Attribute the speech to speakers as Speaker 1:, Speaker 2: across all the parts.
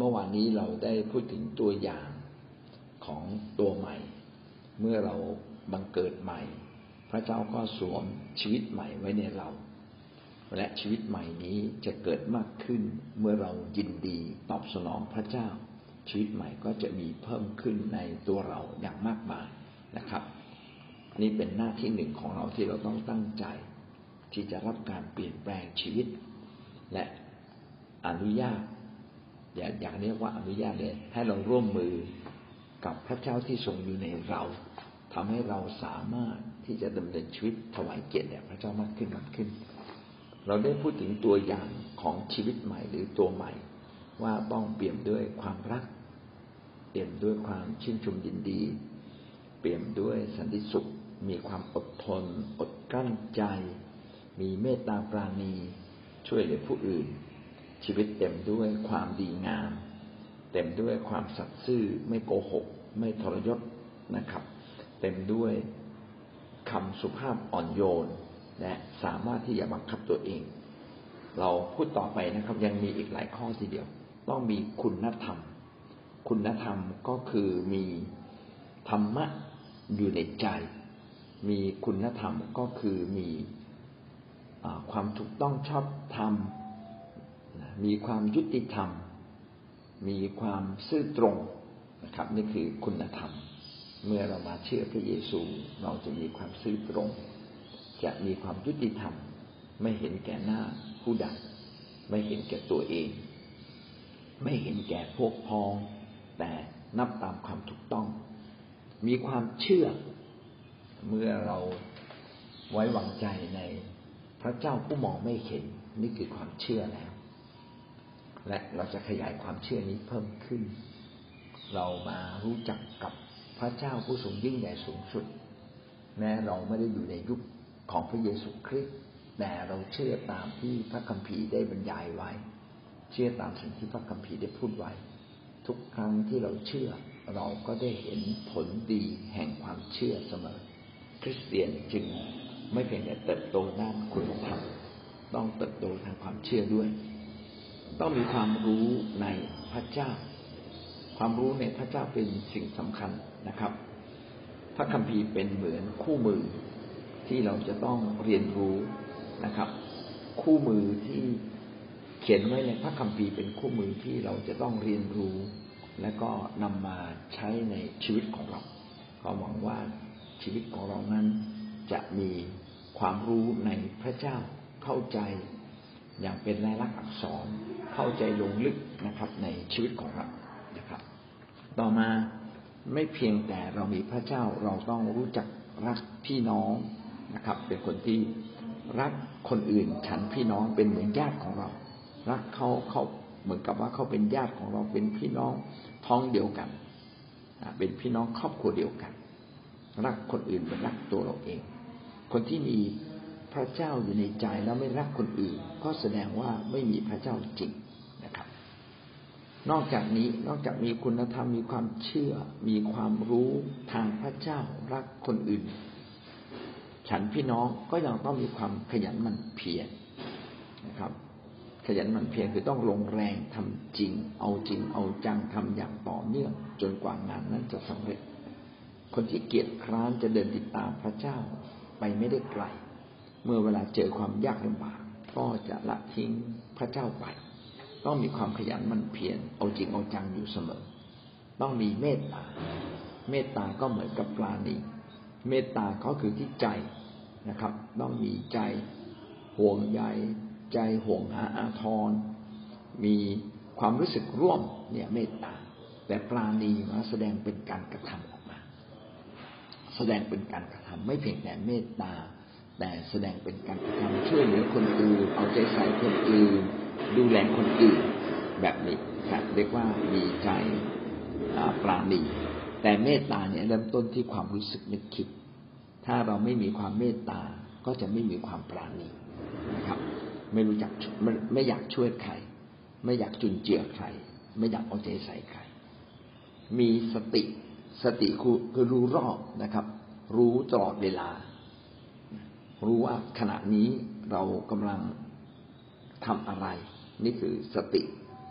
Speaker 1: มื่อวานนี้เราได้พูดถึงตัวอย่างของตัวใหม่เมื่อเราบังเกิดใหม่พระเจ้าก็สวมชีวิตใหม่ไว้ในเราและชีวิตใหม่นี้จะเกิดมากขึ้นเมื่อเรายินดีตอบสนองพระเจ้าชีวิตใหม่ก็จะมีเพิ่มขึ้นในตัวเราอย่างมากมายนะครับนี่เป็นหน้าที่หนึ่งของเราที่เราต้องตั้งใจที่จะรับการเปลี่ยนแปลงชีวิตและอนุญาตอยากเรียกว่าอนุญาตเลยให้เราร่วมมือกับพระเจ้าที่ทรงอยู่ในเราทำให้เราสามารถที่จะดำเนินชีวิตถวายเกียรติแด่พระเจ้ามากขึ้นเราได้พูดถึงตัวอย่างของชีวิตใหม่หรือตัวใหม่ว่าต้องเปี่ยมด้วยความรักเปี่ยมด้วยความชื่นชมยินดีเปี่ยมด้วยสันติสุขมีความอดทนอดกลั้นใจมีเมตตาปราณีช่วยเหลือผู้อื่นชีวิตเต็มด้วยความดีงามเต็มด้วยความสัตย์ซื่อไม่โกหกไม่ทรยศนะครับเต็มด้วยคำสุภาพอ่อนโยนและสามารถที่จะบังคับตัวเองเราพูดต่อไปนะครับยังมีอีกหลายข้อทีเดียวต้องมีคุณธรรมก็คือมีธรรมะอยู่ในใจมีคุณธรรมก็คือมีความถูกต้องชอบธรรมมีความยุติธรรมมีความซื่อตรงนะครับนี่คือคุณธรรมเมื่อเรามาเชื่อพระเยซูเราจะมีความซื่อตรงจะมีความยุติธรรมไม่เห็นแก่หน้าผู้ใดไม่เห็นแก่ตัวเองไม่เห็นแก่พวกพ้องแต่นับตามความถูกต้องมีความเชื่อเมื่อเราไว้วางใจในพระเจ้าผู้มองไม่เห็นนี่คือความเชื่อแล้วและเราจะขยายความเชื่อนี้เพิ่มขึ้นเรามารู้จักกับพระเจ้าผู้ทรงยิ่งใหญ่สูงสุดแม้เราไม่ได้อยู่ในยุคของพระเยซูคริสต์แต่เราเชื่อตามที่พระคัมภีร์ได้บรรยายไว้เชื่อตามสิ่งที่พระคัมภีร์ได้พูดไว้ทุกครั้งที่เราเชื่อเราก็ได้เห็นผลดีแห่งความเชื่อเสมอคริสเตียนจึงไม่เพียงแต่เติบโตด้านคุณธรรมต้องเติบโตทางความเชื่อด้วยต้องมีความรู้ในพระเจ้าความรู้ในพระเจ้าเป็นสิ่งสำคัญนะครับพระคัมภีร์เป็นเหมือนคู่มือที่เราจะต้องเรียนรู้นะครับคู่มือที่เขียนไว้ในพระคัมภีร์เป็นคู่มือที่เราจะต้องเรียนรู้และก็นำมาใช้ในชีวิตของเราขอหวังว่าชีวิตของเรานั้นจะมีความรู้ในพระเจ้าเข้าใจอย่างเป็นลายลักษณ์อักษรเข้าใจลงลึกนะครับในชีวิตของเรานะครับต่อมาไม่เพียงแต่เรามีพระเจ้าเราต้องรู้จักรักพี่น้องนะครับเป็นคนที่รักคนอื่นฉันพี่น้องเป็นเหมือนญาติของเรารักเขาเหมือนกับว่าเขาเป็นญาติของเราเป็นพี่น้องท้องเดียวกันเป็นพี่น้องครอบครัวเดียวกันรักคนอื่นเป็นรักตัวเราเองคนที่มีพระเจ้าอยู่ในใจแล้วไม่รักคนอื่นก็แสดงว่าไม่มีพระเจ้าจริงนะครับนอกจากมีคุณธรรมมีความเชื่อมีความรู้ทางพระเจ้ารักคนอื่นฉันพี่น้องก็ยังต้องมีความขยันหมั่นเพียรนะครับขยันหมั่นเพียรคือต้องลงแรงทำจริงเอาจังทำอย่างต่อเนื่องจนกว่างานนั้นจะสำเร็จคนที่เกียจคร้านจะเดินติดตามพระเจ้าไปไม่ได้ไกลเมื่อเวลาเจอความยากลำบากก็จะละทิ้งพระเจ้าไปต้องมีความขยันหมั่นเพียรเอาจริงเอาจังอยู่เสมอต้องมีเมตตาก็เหมือนกับปราณีเมตตาก็คือที่ใจนะครับต้องมีใจห่วงใยใจห่วงหาอาทรมีความรู้สึกร่วมเนี่ยเมตตาแต่ปราณีมาแสดงเป็นการกระทำออกมาแสดงเป็นการกระทำไม่เพียงแต่เมตตาแต่แสดงเป็นการกระทำช่วยเหลือคนอื่นเอาใจใส่คนอื่นดูแลคนอื่นแบบนี้ครับเรียกว่ามีใจปราณีแต่เมตตาเนี่ยเริ่มต้นที่ความรู้สึกนึกคิดถ้าเราไม่มีความเมตตาก็จะไม่มีความปราณีนะครับไม่อยากช่วยใครไม่อยากจุนเจือใครไม่อยากเอาใจใส่ใครมีสติคือรู้รอบนะครับรู้ตลอดเวลารู้ว่าขณะนี้เรากำลังทำอะไรนี่คือสติ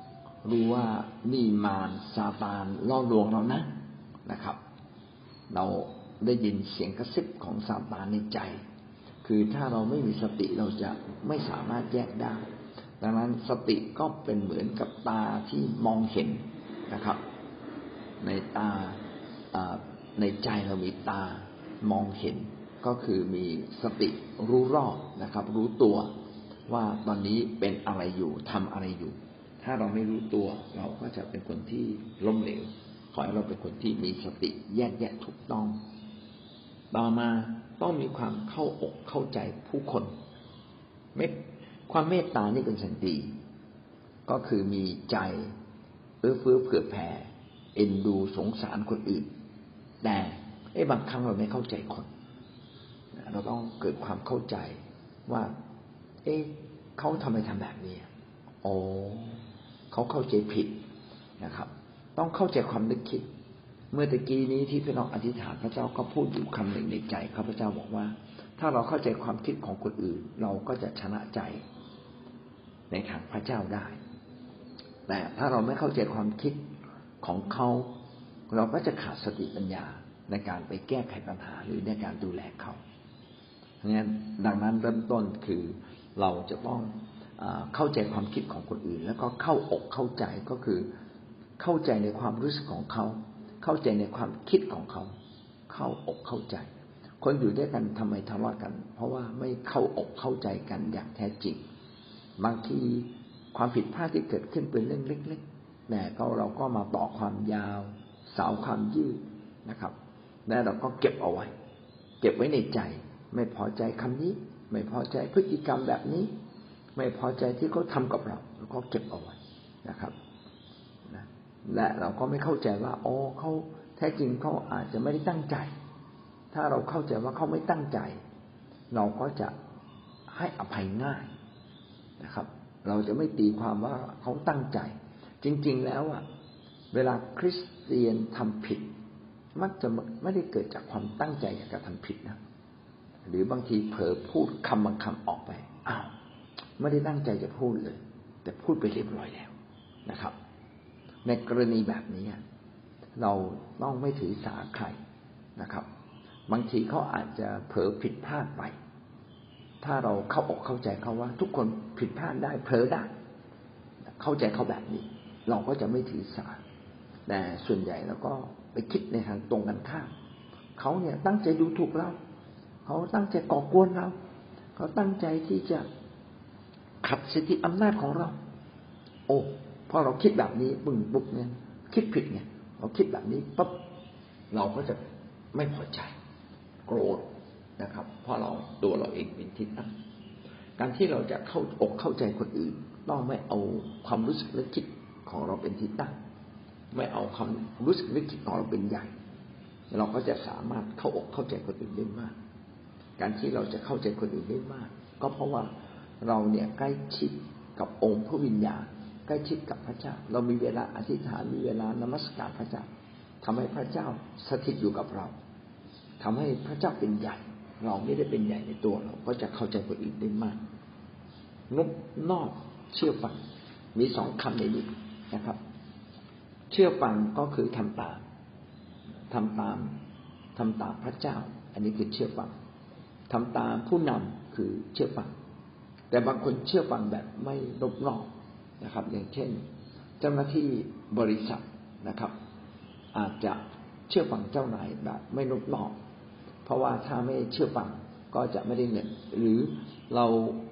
Speaker 1: รู้ว่านี่มารซาตานล่อลวงเรานะครับเราได้ยินเสียงกระซิบของซาตานในใจคือถ้าเราไม่มีสติเราจะไม่สามารถแยกได้ดังนั้นสติก็เป็นเหมือนกับตาที่มองเห็นนะครับในตาในใจเรามีตามองเห็นก็คือมีสติรู้รอบนะครับรู้ตัวว่าตอนนี้เป็นอะไรอยู่ทำอะไรอยู่ถ้าเราไม่รู้ตัวเราก็จะเป็นคนที่ล้มเหลวขอให้เราเป็นคนที่มีสติแยกแยะถูกต้องต่อมาต้องมีความเข้าอกเข้าใจผู้คนความเมตตานี่เป็นสิ่งดีก็คือมีใจเอื้อเฟื้อเผื่อแผ่เอ็นดูสงสารคนอื่นแต่บางครั้งเราไม่เข้าใจคนเราต้องเกิดความเข้าใจว่าเขาทำไมทำแบบนี้เขาเข้าใจผิดนะครับต้องเข้าใจความนึกคิดเมื่อตะกี้นี้ที่พี่น้องอธิษฐานพระเจ้าก็พูดอยู่คำหนึ่งในใจข้าพเจ้าบอกว่าถ้าเราเข้าใจความคิดของคนอื่นเราก็จะชนะใจในทางพระเจ้าได้แต่ถ้าเราไม่เข้าใจความคิดของเขาเราก็จะขาดสติปัญญาในการไปแก้ไขปัญหาหรือในการดูแลเขางั้นดังนั้นเริ่มต้นคือเราจะต้องเข้าใจความคิดของคนอื่นแล้วก็เข้าอกเข้าใจก็คือเข้าใจในความรู้สึกของเขาเข้าใจในความคิดของเขาเข้าอกเข้าใจคนอยู่ด้วยกันทำไมทะเลาะกันเพราะว่าไม่เข้าอกเข้าใจกันอย่างแท้จริงบางทีความผิดพลาดที่เกิดขึ้นเป็นเรื่องเล็กๆแต่เราก็มาต่อความยาวสาวความยืดนะครับและเราก็เก็บเอาไว้ในใจไม่พอใจคำนี้ไม่พอใจพฤติกรรมแบบนี้ไม่พอใจที่เขาทำกับเราก็เก็บเอาไว้นะครับและเราก็ไม่เข้าใจว่าเขาแท้จริงเขาอาจจะไม่ได้ตั้งใจถ้าเราเข้าใจว่าเขาไม่ตั้งใจเราก็จะให้อภัยง่ายนะครับเราจะไม่ตีความว่าเขาตั้งใจจริงๆแล้วเวลาคริสเตียนทำผิดมักจะไม่ได้เกิดจากความตั้งใจอยากจะทำผิดนะหรือบางทีเผลอพูดคำบางคำออกไปไม่ได้ตั้งใจจะพูดเลยแต่พูดไปเรียบร้อยแล้วนะครับในกรณีแบบนี้เราต้องไม่ถือสาใครนะครับบางทีเขาอาจจะเผลอผิดพลาดไปถ้าเราเข้าอกเข้าใจเขาว่าทุกคนผิดพลาดได้เผลอได้เข้าใจเขาแบบนี้เราก็จะไม่ถือสาแต่ส่วนใหญ่เราก็ไปคิดในทางตรงกันข้ามเขาเนี่ยตั้งใจดูถูกเราเขาตั้งใจก่อกวนเราเขาตั้งใจที่จะขัดสิทธิอำนาจของเราพอเราคิดแบบนี้ปุ๊บเนี่ยคิดผิดไงเราคิดแบบนี้ปั๊บเราก็จะไม่พอใจโกรธนะครับเพราะตัวเราเองเป็นที่ตั้งการที่เราจะเข้าอกเข้าใจคนอื่นต้องไม่เอาความรู้สึกและคิดของเราเป็นที่ตั้งไม่เอาความรู้สึกนึกคิดของเราเป็นใหญ่เราก็จะสามารถเข้าอกเข้าใจคนอื่นได้มากการที่เราจะเข้าใจคนอื่นได้มากก็เพราะว่าเราเนี่ยใกล้ชิดกับองค์พระวิญญาณใกล้ชิดกับพระเจ้าเรามีเวลาอธิษฐานมีเวลานมัสการพระเจ้าทำให้พระเจ้าสถิตอยู่กับเราทำให้พระเจ้าเป็นใหญ่เราไม่ได้เป็นใหญ่ในตัวเราก็จะเข้าใจคนอื่นได้มากนอบเชื่อฟังมีสองคำในนี้นะครับเชื่อฟังก็คือทำตามพระเจ้าอันนี้คือเชื่อฟังทำตามผู้นำคือเชื่อฟังแต่บางคนเชื่อฟังแบบไม่นอบน้อมนะครับอย่างเช่นเจ้าหน้าที่บริษัทนะครับอาจจะเชื่อฟังเจ้านายแบบไม่นอบน้อมเพราะว่าถ้าไม่เชื่อฟังก็จะไม่ได้เงินหรือเรา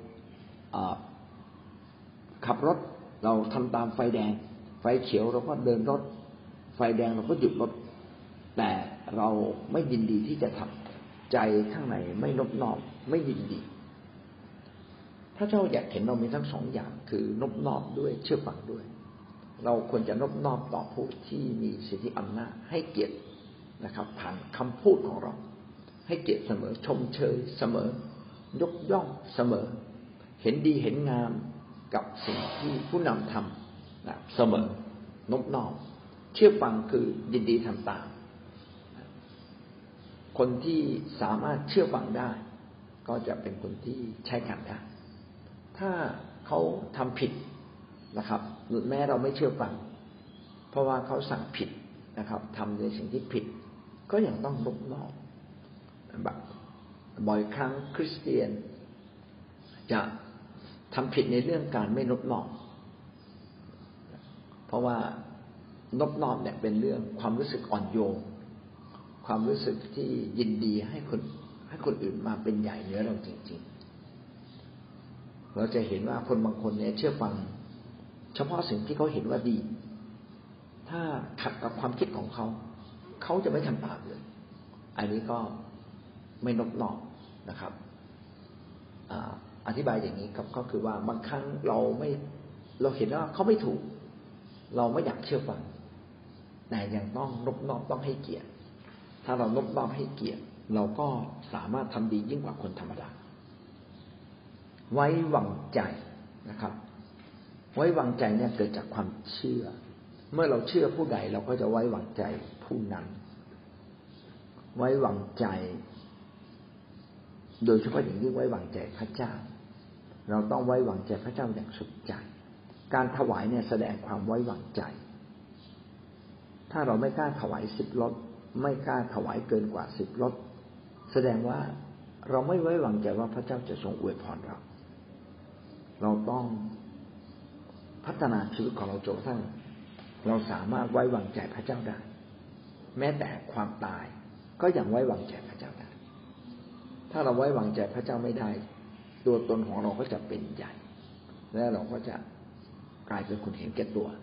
Speaker 1: ขับรถเราทำตามไฟแดงไฟเขียวเราก็เดินรถไฟแดงเราก็หยุดรถแต่เราไม่ยินดีที่จะทำใจข้างในไม่นอบน้อมไม่ยินดีพระเจ้าอยากเห็นเรามีทั้งสองอย่างคือนอบน้อมด้วยเชื่อฟังด้วยเราควรจะนอบน้อมต่อผู้ที่มีสิทธิอำนาจให้เกียรตินะครับผ่านคำพูดของเราให้เกียรติเสมอชมเชยเสมอยกย่องเสมอเห็นดีเห็นงามกับสิ่งที่ผู้นำทำนะเสมอนอบน้อมเชื่อฟังคือยินดีทำตามคนที่สามารถเชื่อฟังได้ก็จะเป็นคนที่ใช้กันได้ถ้าเขาทำผิดนะครับแม้เราไม่เชื่อฟังเพราะว่าเขาสั่งผิดนะครับทำในสิ่งที่ผิดก็ยังต้องนบนอบบ่อยครั้งคริสเตียนจะทำผิดในเรื่องการไม่นบนอบเพราะว่านบนอบเนี่ยเป็นเรื่องความรู้สึกอ่อนโยนความรู้สึกที่ยินดีให้คนอื่นมาเป็นใหญ่เหนือเราจริงๆเราจะเห็นว่าคนบางคนเนี่ยเชื่อฟังเฉพาะสิ่งที่เขาเห็นว่าดีถ้าขัดกับความคิดของเขาจะไม่ทำตามเลยอันนี้ก็ไม่นบนอบนะครับอธิบายอย่างนี้ครับก็คือว่าบางครั้งเราเห็นว่าเขาไม่ถูกเราไม่อยากเชื่อฟังแต่ยังต้องนบนอบต้องให้เกียรติถ้าเรานบนอบให้เกียรติเราก็สามารถทำดียิ่งกว่าคนธรรมดาไว้วางใจนะครับไว้วางใจเนี่ยเกิดจากความเชื่อเมื่อเราเชื่อผู้ใดเราก็จะไว้วางใจผู้นั้นไว้วางใจโดยเฉพาะอย่างยิ่งไว้วางใจพระเจ้าเราต้องไว้วางใจพระเจ้าอย่างสุดใจการถวายเนี่ยแสดงความไว้วางใจถ้าเราไม่กล้าถวาย10 รถไม่กล้าถวายเกินกว่า10 รถแสดงว่าเราไม่ไว้วางใจว่าพระเจ้าจะทรงอวยพรเราต้องพัฒนาชีวิตของเราจนกระทั่งเราสามารถไว้วางใจพระเจ้าได้แม้แต่ความตายก็ยังไว้วางใจพระเจ้าได้ถ้าเราไว้วางใจพระเจ้าไม่ได้ตัวตนของเราก็จะเป็นใหญ่และเราก็จะกลายเป็นคนเห็นแก่ตัว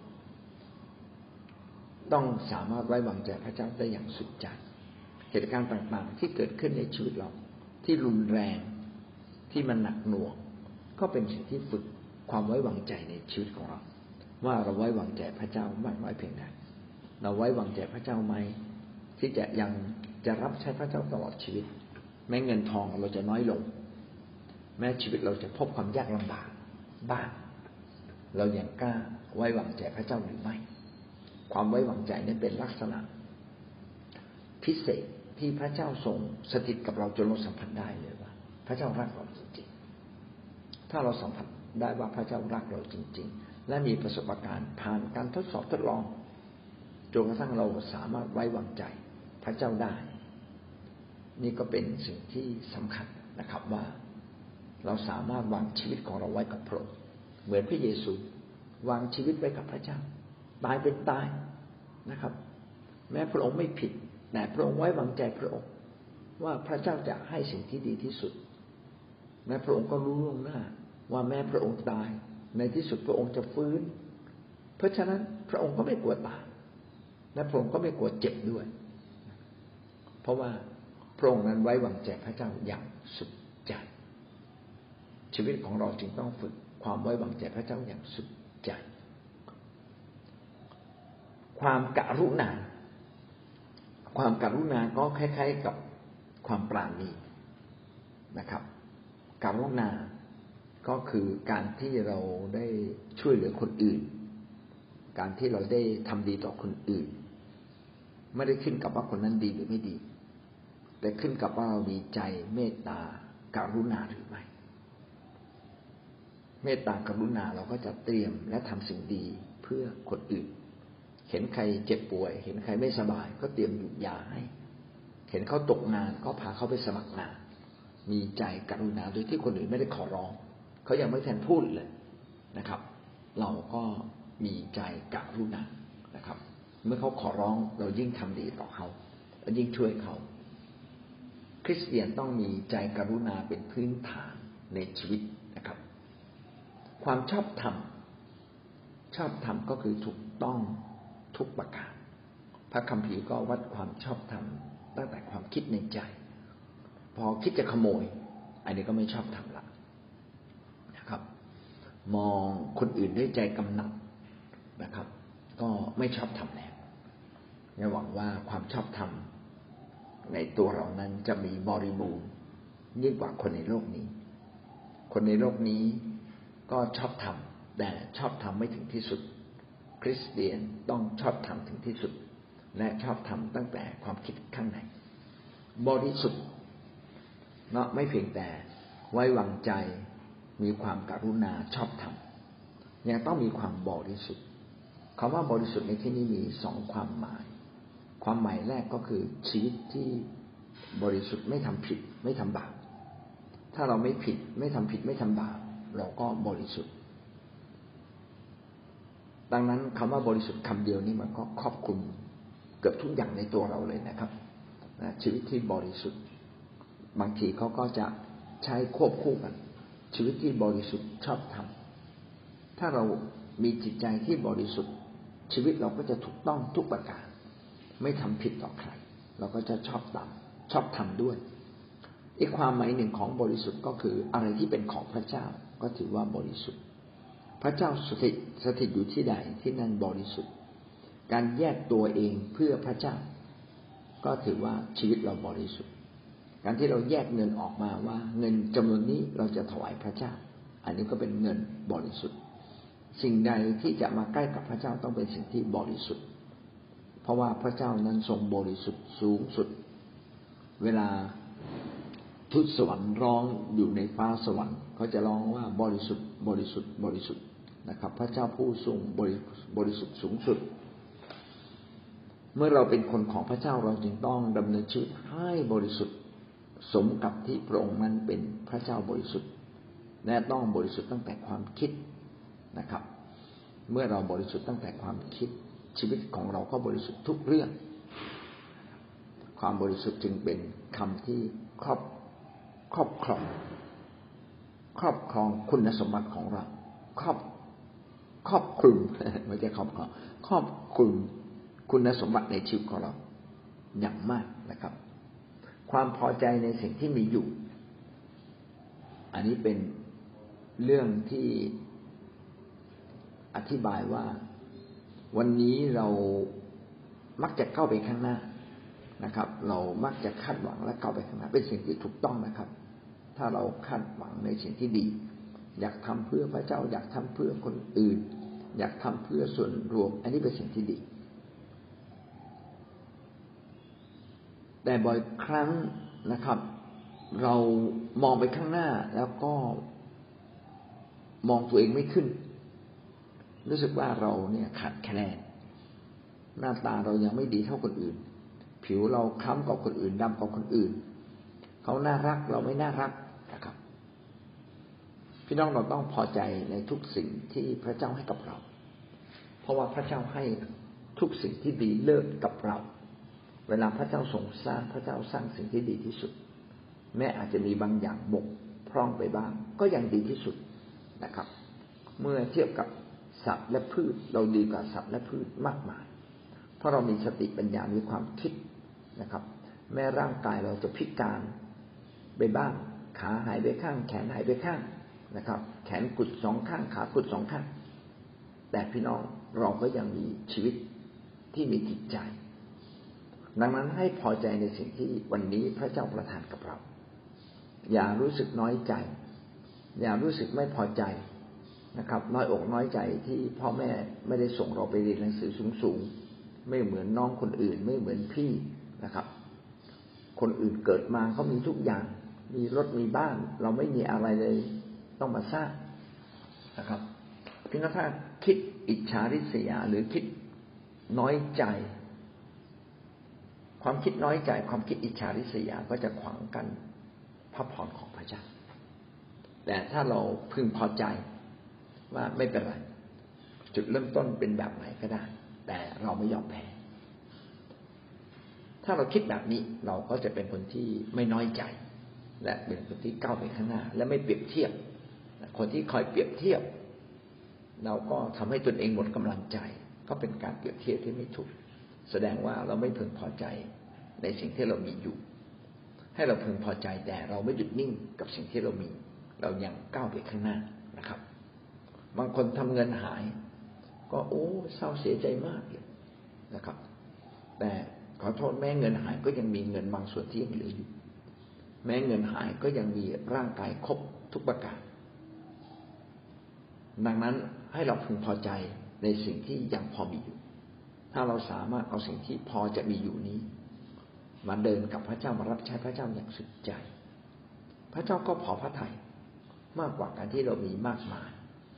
Speaker 1: ต้องสามารถไว้วางใจพระเจ้าได้อย่างสุดใจเหตุการณ์ต่างๆที่เกิดขึ้นในชีวิตเราที่รุนแรงที่มันหนักหน่วงก็เป็นสิ่งที่ฝึกความไว้วางใจในชีวิตของเราว่าเราไว้วางใจพระเจ้ามากน้อยเพียงใดเราไว้วางใจพระเจ้าไหมที่จะรับใช้พระเจ้าตลอดชีวิตแม้เงินทองเราจะน้อยลงแม้ชีวิตเราจะพบความยากลำบากบ้างเรายังกล้าไว้วางใจพระเจ้าหรือไม่ความไว้วางใจนั้นเป็นลักษณะพิเศษที่พระเจ้าทรงสถิตกับเราจนเราสัมผัสได้เลยว่าพระเจ้ารักเราจริงๆถ้าเราสัมผัสได้ว่าพระเจ้ารักเราจริงๆและมีประสบการณ์ผ่านการทดสอบทดลองจนกระทั่งเราสามารถไว้วางใจพระเจ้าได้นี่ก็เป็นสิ่งที่สำคัญนะครับว่าเราสามารถวางชีวิตของเราไว้กับพระองค์เหมือนพระเยซูวางชีวิตไว้กับพระเจ้าตายเป็นตายนะครับแม้พระองค์ไม่ผิดแต่พระองค์ไว้วางใจพระองค์ว่าพระเจ้าจะให้สิ่งที่ดีที่สุดแม้พระองค์ก็รู้ล่วงหน้าว่าแม้พระองค์ตายในที่สุดพระองค์จะฟื้นเพราะฉะนั้นพระองค์ก็ไม่กลัวตายและพระองค์ก็ไม่กลัวเจ็บด้วยเพราะว่าพระองค์นั้นไว้วางใจพระเจ้าอย่างสุดใจชีวิตของเราจึงต้องฝึกความไว้วางใจพระเจ้าอย่างสุดใจความกรุณาก็คล้ายๆกับความปราณีนะครับกรุณาก็คือการที่เราได้ช่วยเหลือคนอื่นการที่เราได้ทำดีต่อคนอื่นไม่ได้ขึ้นกับว่าคนนั้นดีหรือไม่ดีแต่ขึ้นกับว่าเรามีใจเมตตากรุณาหรือไม่เมตตากรุณาเราก็จะเตรียมและทำสิ่งดีเพื่อคนอื่นเห็นใครเจ็บป่วยเห็นใครไม่สบายก็เตรียมหยุดยาให้เห็นเขาตกงานก็พาเขาไปสมัครงานมีใจกรุณาโดยที่คนอื่นไม่ได้ขอร้องเขายังไม่ทันพูดเลยนะครับเราก็มีใจกรุณานะครับเมื่อเขาขอร้องเรายิ่งทำดีต่อเขาและยิ่งช่วยเขาคริสเตียนต้องมีใจกรุณาเป็นพื้นฐานในชีวิตนะครับความชอบธรรมก็คือถูกต้องทุกประการพระคัมภีร์ก็วัดความชอบธรรมตั้งแต่ความคิดในใจพอคิดจะขโมยอันนี้ก็ไม่ชอบธรรมละนะครับมองคนอื่นด้วยใจกำหนัดนะครับก็ไม่ชอบธรรมแล้วหวังว่าความชอบธรรมในตัวเรานั้นจะมีบริบูรณ์ยิ่งกว่าคนในโลกนี้คนในโลกนี้ก็ชอบธรรมแต่ชอบธรรมไม่ถึงที่สุดคริสเตียนต้องชอบธรรมถึงที่สุดและชอบธรรมตั้งแต่ความคิดข้างในบริสุทธิ์เนาะไม่เพียงแต่ไว้วางใจมีความกรุณาชอบธรรมยังต้องมีความบริสุทธิ์คำว่าบริสุทธิ์ในที่นี้มี2ความหมายความหมายแรกก็คือชีวิตที่บริสุทธิ์ไม่ทำผิดไม่ทำบาปถ้าเราไม่ผิดไม่ทำผิดไม่ทำบาปเราก็บริสุทธิ์ดังนั้นคำว่าบริสุทธิ์คำเดียวนี้มันก็ครอบคลุมเกือบทุกอย่างในตัวเราเลยนะครับชีวิตที่บริสุทธิ์บางทีเขาก็จะใช้ควบคู่กันชีวิตที่บริสุทธิ์ชอบธรรมถ้าเรามีจิตใจที่บริสุทธิ์ชีวิตเราก็จะถูกต้องทุกประการไม่ทำผิดต่อใครเราก็จะชอบธรรมด้วยอีกความหมายหนึ่งของบริสุทธิ์ก็คืออะไรที่เป็นของพระเจ้าก็ถือว่าบริสุทธิ์พระเจ้าสถิตอยู่ที่ใดที่นั่นบริสุทธิ์การแยกตัวเองเพื่อพระเจ้าก็ถือว่าชีวิตเราบริสุทธิ์การที่เราแยกเงินออกมาว่าเงินจำนวนนี้เราจะถวายพระเจ้าอันนี้ก็เป็นเงินบริสุทธิ์สิ่งใดที่จะมาใกล้กับพระเจ้าต้องเป็นสิ่งที่บริสุทธิ์เพราะว่าพระเจ้านั้นทรงบริสุทธิ์สูงสุดเวลาทูตสวรรค์ร้องอยู่ในฟ้าสวรรค์เขาจะร้องว่าบริสุทธิ์บริสุทธิ์บริสุทธิ์นะครับพระเจ้าผู้ทรงบริสุทธิ์สูงสุดเมื่อเราเป็นคนของพระเจ้าเราจึงต้องดำเนินชีวิตให้บริสุทธิ์สมกับที่พระองค์นั้นเป็นพระเจ้าบริสุทธิ์และต้องบริสุทธิ์ตั้งแต่ความคิดนะครับเมื่อเราบริสุทธิ์ตั้งแต่ความคิดชีวิตของเราก็บริสุทธิ์ทุกเรื่องความบริสุทธิ์จึงเป็นคำที่ครอบครองคุณสมบัติของเราครอบคลุมไม่ใช่ครอบครองครอบคลุมคุณสมบัติในชีวิตของเราอย่างมากนะครับความพอใจในสิ่งที่มีอยู่อันนี้เป็นเรื่องที่อธิบายว่าวันนี้เรามักจะก้าวไปข้างหน้านะครับเรามักจะคาดหวังและก้าวไปข้างหน้าเป็นสิ่งที่ถูกต้องนะครับถ้าเราคาดหวังในสิ่งที่ดีอยากทำเพื่อพระเจ้าอยากทำเพื่อคนอื่นอยากทำเพื่อส่วนรวมอันนี้เป็นสิ่งที่ดีแต่บ่อยครั้งนะครับเรามองไปข้างหน้าแล้วก็มองตัวเองไม่ขึ้นรู้สึกว่าเราเนี่ยขาดคะแนนหน้าตาเรายังไม่ดีเท่าคนอื่นผิวเราคล้ำกว่าคนอื่นดำกว่าคนอื่นเขาน่ารักเราไม่น่ารักนะครับพี่น้องเราต้องพอใจในทุกสิ่งที่พระเจ้าให้กับเราเพราะว่าพระเจ้าให้ทุกสิ่งที่ดีเลิศกับเราเวลาพระเจ้าทรงสร้างพระเจ้าสร้างสิ่งที่ดีที่สุดแม้อาจจะมีบางอย่างบกพร่องไปบ้างก็ยังดีที่สุดนะครับเมื่อเทียบกับสัตว์และพืชเราดีกว่าสัตว์และพืชมากมายเพราะเรามีสติปัญญามีความคิดนะครับแม้ร่างกายเราจะพิการไปบ้างขาหายไปข้างแขนหายไปข้างนะครับแขนกุด2ข้างขากุด2ข้างแต่พี่น้องเราก็ยังมีชีวิตที่มีจิตใจดังนั้นให้พอใจในสิ่งที่วันนี้พระเจ้าประทานกับเราอย่ารู้สึกน้อยใจอย่ารู้สึกไม่พอใจนะครับน้อยอกน้อยใจที่พ่อแม่ไม่ได้ส่งเราไปเรียนหนังสือสูงๆไม่เหมือนน้องคนอื่นไม่เหมือนพี่นะครับคนอื่นเกิดมาเขามีทุกอย่างมีรถมีบ้านเราไม่มีอะไรเลยต้องมาสร้างนะครับพี่น้องถ้าคิดอิจฉาริษยาหรือคิดน้อยใจความคิดน้อยใจความคิดอิจฉาริษยาก็จะขวางกันพระพรของพระเจ้าแต่ถ้าเราพึงพอใจว่าไม่เป็นไรจุดเริ่มต้นเป็นแบบไหนก็ได้แต่เราไม่ยอมแพ้ถ้าเราคิดแบบนี้เราก็จะเป็นคนที่ไม่น้อยใจและเป็นคนที่ก้าวไปข้างหน้าและไม่เปรียบเทียบคนที่คอยเปรียบเทียบเราก็ทำให้ตนเองหมดกำลังใจก็เป็นการเปรียบเทียบที่ไม่ถูกแสดงว่าเราไม่พึงพอใจในสิ่งที่เรามีอยู่ให้เราพึงพอใจแต่เราไม่หยุดนิ่งกับสิ่งที่เรามีเรายังก้าวไปข้างหน้านะครับบางคนทำเงินหายก็โอ้เศร้าเสียใจมากเลยนะครับแต่ขอโทษแม้เงินหายก็ยังมีเงินบางส่วนที่ยังเหลืออยู่แม้เงินหายก็ยังมีร่างกายครบทุกประการดังนั้นให้เราพึงพอใจในสิ่งที่ยังพอมีอยู่ถ้าเราสามารถเอาสิ่งที่พอจะมีอยู่นี้มาเดินกับพระเจ้ามารับใช้พระเจ้าอย่างสุดใจพระเจ้าก็พอพระทัยมากกว่าการที่เรามีมากมาย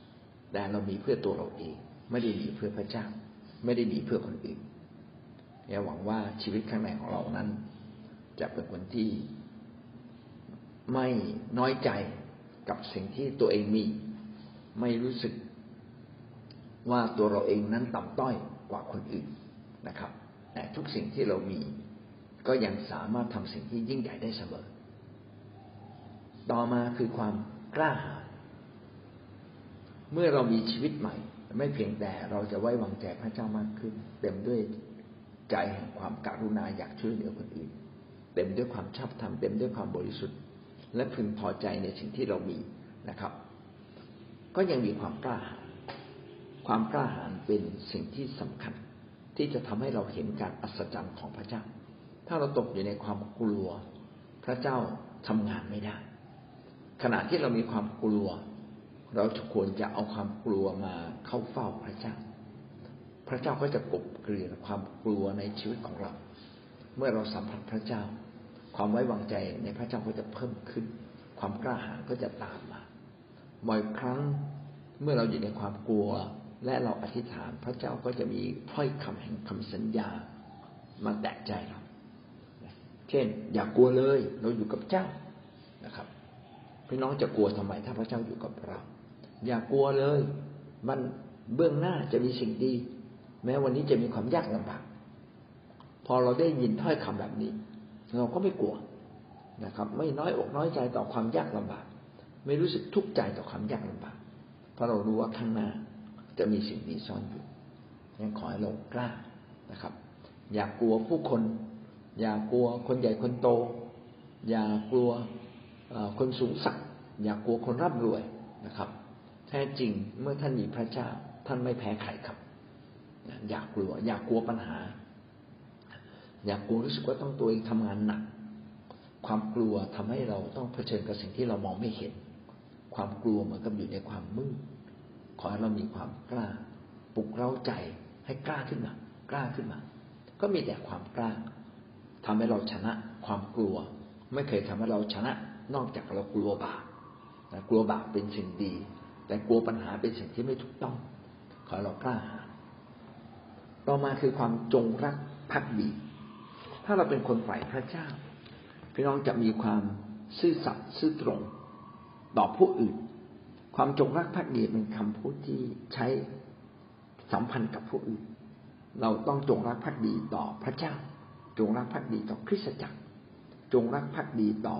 Speaker 1: แต่เรามีเพื่อตัวเราเองไม่ได้มีเพื่อพระเจ้าไม่ได้มีเพื่อคนอื่นหวังว่าชีวิตข้างในของเรานั้นจะเป็นคนที่ไม่น้อยใจกับสิ่งที่ตัวเองมีไม่รู้สึกว่าตัวเราเองนั้นต่ำต้อยกว่าคนอื่นนะครับแต่ทุกสิ่งที่เรามีก็ยังสามารถทำสิ่งที่ยิ่งใหญ่ได้เสมอต่อมาคือความกล้าหาญเมื่อเรามีชีวิตใหม่ไม่เพียงแต่เราจะไว้วางใจพระเจ้ามากขึ้นเต็มด้วยใจแห่งความกรุณาอยากช่วยเหลือคนอื่นเต็มด้วยความชอบธรรมเต็มด้วยความบริสุทธิ์และพึงพอใจในสิ่งที่เรามีนะครับก็ยังมีความกล้าหาญความกล้าหาญเป็นสิ่งที่สำคัญที่จะทำให้เราเห็นการอัศจรรย์ของพระเจ้าถ้าเราตกอยู่ในความกลัวพระเจ้าทำงานไม่ได้ขณะที่เรามีความกลัวเราควรจะเอาความกลัวมาเข้าเฝ้าพระเจ้าพระเจ้าก็จะกลบเกลื่อนความกลัวในชีวิตของเราเมื่อเราสัมผัสพระเจ้าความไว้วางใจในพระเจ้าก็จะเพิ่มขึ้นความกล้าหาญก็จะตามมาบ่อยครั้งเมื่อเราอยู่ในความกลัวและเราอธิษฐานพระเจ้าก็จะมีถ้อยคำแห่งคำสัญญามาแตะใจเราเช่นอย่ากลัวเลยเราอยู่กับเจ้านะครับพี่น้องจะกลัวทำไมถ้าพระเจ้าอยู่กับเราอย่ากลัวเลยมันเบื้องหน้าจะมีสิ่งดีแม้วันนี้จะมีความยากลำบากพอเราได้ยินถ้อยคำแบบนี้เราก็ไม่กลัวนะครับไม่น้อยอกน้อยใจต่อความยากลำบากไม่รู้สึกทุกข์ใจต่อความยากลำบากเพราะเรารู้ว่าข้างหน้าจะมีสิ่งดีซ่อนอยู่ยังขอให้เรากล้านะครับอย่ากลัวผู้คนอย่ากลัวคนใหญ่คนโตอย่ากลัวคนสูงสักอย่ากลัวคนร่ำรวยนะครับแท้จริงเมื่อท่านมีพระเจ้าท่านไม่แพ้ใครครับอย่ากลัวปัญหาอย่ากลัวรู้สึกว่าต้องตัวเองทำงานหนักความกลัวทำให้เราต้องเผชิญกับสิ่งที่เรามองไม่เห็นความกลัวเหมือนกับอยู่ในความมืดขอให้เรามีความกล้าปลุกเร้าใจให้กล้าขึ้นมาก็มีแต่ความกล้าทำให้เราชนะความกลัวไม่เคยทำให้เราชนะนอกจากเรากลัวบาปกลัวบาปเป็นสิ่งดีแต่กลัวปัญหาเป็นสิ่งที่ไม่ถูกต้องขอให้เรากล้าหาญต่อมาคือความจงรักภักดีถ้าเราเป็นคนฝ่ายพระเจ้าพี่น้องจะมีความซื่อสัตย์ซื่อตรงต่อผู้อื่นความจงรักภักดีเป็นคำพูดที่ใช้สัมพันธ์กับผู้อื่นเราต้องจงรักภักดีต่อพระเจ้าจงรักภักดีต่อคริสตจักรจงรักภักดีต่อ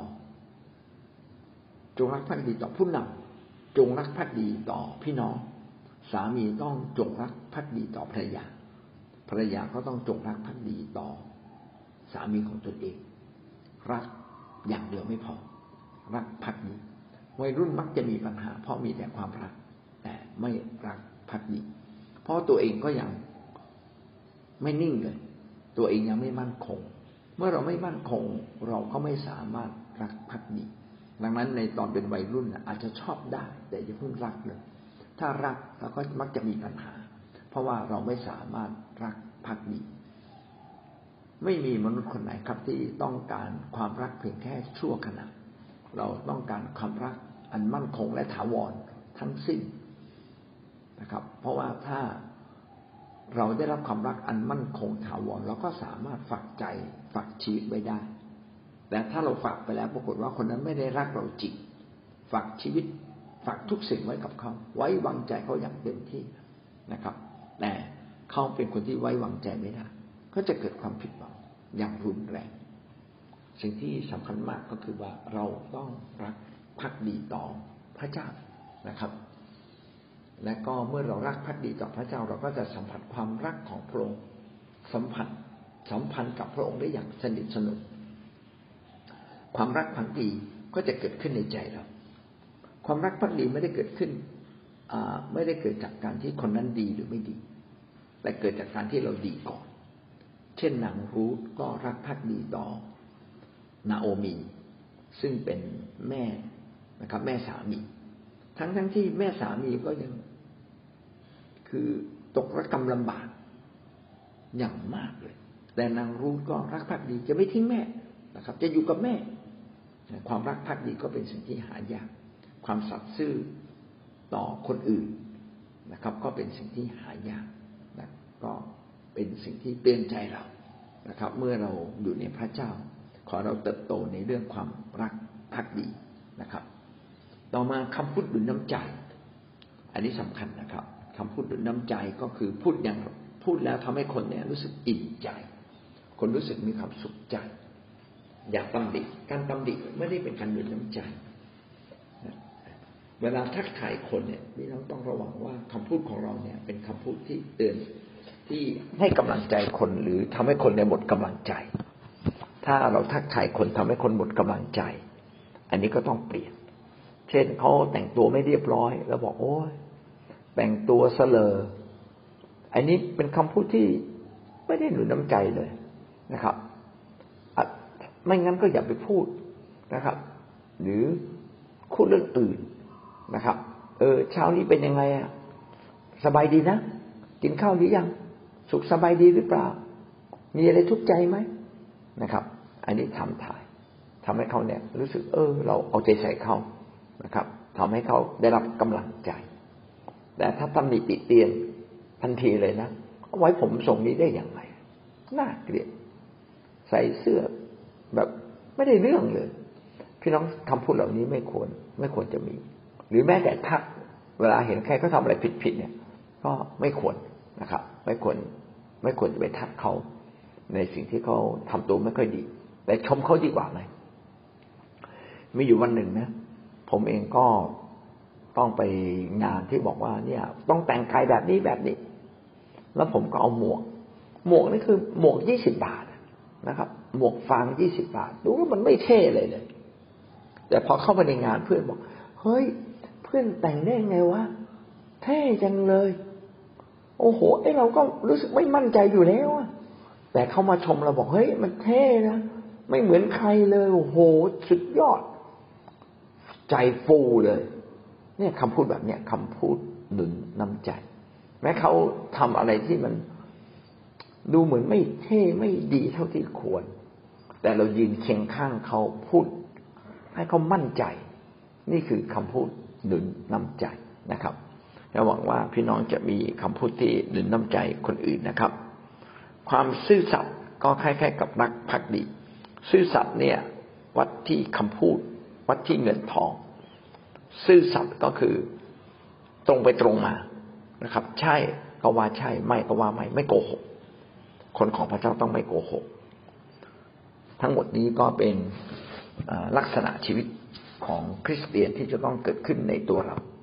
Speaker 1: ผู้นำจงรักภักดีต่อพี่น้องสามีต้องจงรักภักดีต่อภรรยาก็ต้องจงรักภักดีต่อสามีของตนเองรักอย่างเดียวไม่พอรักภักดีวัยรุ่นมักจะมีปัญหาเพราะมีแต่ความรักแต่ไม่รักภักดีเพราะตัวเองก็ยังไม่นิ่งเลยตัวเองยังไม่มั่นคงเมื่อเราไม่มั่นคงเราก็ไม่สามารถรักภักดีดังนั้นในตอนเป็นวัยรุ่นอาจจะชอบได้แต่อย่าเพิ่งรักเลยถ้ารักเราก็มักจะมีปัญหาเพราะว่าเราไม่สามารถรักภักดีไม่มีมนุษย์คนไหนครับที่ต้องการความรักเพียงแค่ชั่วขณะเราต้องการความรักอันมั่นคงและถาวรทั้งสิ้นนะครับเพราะว่าถ้าเราได้รับความรักอันมั่นคงถาวรเราก็สามารถฝากใจฝากชีวิตไว้ได้แต่ถ้าเราฝากไปแล้วปรากฏว่าคนนั้นไม่ได้รักเราจริงฝากชีวิตฝากทุกสิ่งไว้กับเขาไว้วางใจเขาอย่างเต็มที่นะครับแต่เขาเป็นคนที่ไว้วางใจไม่ได้ก็จะเกิดความผิดหวังอย่างรุนแรงสิ่งที่สำคัญมากก็คือว่าเราต้องรักภักดีต่อพระเจ้านะครับและก็เมื่อเรารักภักดีต่อพระเจ้าเราก็จะสัมผัสความรักของพระองค์สัมพันธ์กับพระองค์ได้อย่างสนิทสนมความรักภักดีก็จะเกิดขึ้นในใจเราความรักภักดีไม่ได้เกิดขึ้นไม่ได้เกิดจากการที่คนนั้นดีหรือไม่ดีแต่เกิดจากการที่เราดีก่อนเช่นนางรูธก็รักภักดีต่อนาโอมีซึ่งเป็นแม่นะครับแม่สามีทั้งที่แม่สามีก็ยังคือตกระกำลำบากอย่างมากเลยแต่นางรูธก็รักภักดีจะไม่ทิ้งแม่นะครับจะอยู่กับแม่ความรักภักดีก็เป็นสิ่งที่หายากความสัตย์ซื่อต่อคนอื่นนะครับก็เป็นสิ่งที่หายากนะก็เป็นสิ่งที่เตือนใจเรานะครับเมื่อเราอยู่ในพระเจ้าขอเราเติบโตในเรื่องความรักภักดีนะครับต่อมาคำพูดดุลน้ำใจอันนี้สำคัญนะครับคำพูดดุลน้ำใจก็คือพูดแล้วทำให้คนเนี่ยรู้สึกอิ่มใจคนรู้สึกมีความสุขใจอย่าตำหนิการตำหนิไม่ได้เป็นการดุลน้ำใจเวลาทักทายคนเนี่ยพี่น้องต้องระวังว่าคำพูดของเราเนี่ยเป็นคำพูดที่เตือนที่ให้กำลังใจคนหรือทำให้คนเนี่ยหมดกำลังใจถ้าเราทักทายคนทำให้คนหมดกำลังใจอันนี้ก็ต้องเปลี่ยนเช่นเขาแต่งตัวไม่เรียบร้อยแล้วบอกโอ้ยแต่งตัวเสลออันนี้เป็นคำพูดที่ไม่ได้หนุนน้ำใจเลยนะครับไม่งั้นก็อย่าไปพูดนะครับหรือพูดเรื่องอื่นนะครับเช้านี้เป็นยังไงอ่ะสบายดีนะกินข้าวหรือยังสุขสบายดีหรือเปล่ามีอะไรทุกข์ใจไหมนะครับอันนี้ทำให้เขาเนี่ยรู้สึกเราเอาใจใส่เขานะครับทำให้เขาได้รับกำลังใจแต่ถ้าตำหนิติเตียนทันทีเลยนะเอาไว้ผมทรงนี้ได้อย่างไรน่าเกลียดใส่เสื้อแบบไม่ได้เรื่องเลยพี่น้องคำพูดเหล่านี้ไม่ควรจะมีหรือแม้แต่ทักเวลาเห็นใครเขาทำอะไรผิดเนี่ยก็ไม่ควรนะครับไม่ควรจะไปทักเขาในสิ่งที่เขาทำตัวไม่ค่อยดีแต่ชมเขาดีกว่าไหมมีอยู่วันหนึ่งนะผมเองก็ต้องไปงานที่บอกว่าเนี่ยต้องแต่งกายแบบนี้แล้วผมก็เอาหมวกนี่คือหมวก20 บาทนะครับหมวกฟาง20 บาทดูว่ามันไม่เท่เลยแต่พอเข้าไปในงานเพื่อนบอกเฮ้ยเพื่อนแต่งได้ไงวะเท่จังเลยโอ้โหเราก็รู้สึกไม่มั่นใจอยู่แล้วแต่เขามาชมเราบอกเฮ้ยมันเท่นะไม่เหมือนใครเลยโอ้โหสุดยอดใจฟูเลยเนี่ยคำพูดแบบเนี้ยคำพูดหนุนน้ำใจแม้เขาทำอะไรที่มันดูเหมือนไม่เท่ไม่ดีเท่าที่ควรแต่เรายืนเคียงข้างเขาพูดให้เขามั่นใจนี่คือคำพูดหนุนน้ำใจนะครับและหวังว่าพี่น้องจะมีคำพูดที่หนุนน้ำใจคนอื่นนะครับความซื่อสัตย์ก็คล้ายๆกับรักภักดีซื่อสัตย์เนี่ยวัดที่คำพูดวัดที่เงินทองซื่อสัตย์ก็คือตรงไปตรงมานะครับใช่ก็ว่าใช่ไม่ก็ว่าไม่โกหกคนของพระเจ้าต้องไม่โกหกทั้งหมดนี้ก็เป็นลักษณะชีวิตของคริสเตียนที่จะต้องเกิดขึ้นในตัวเรา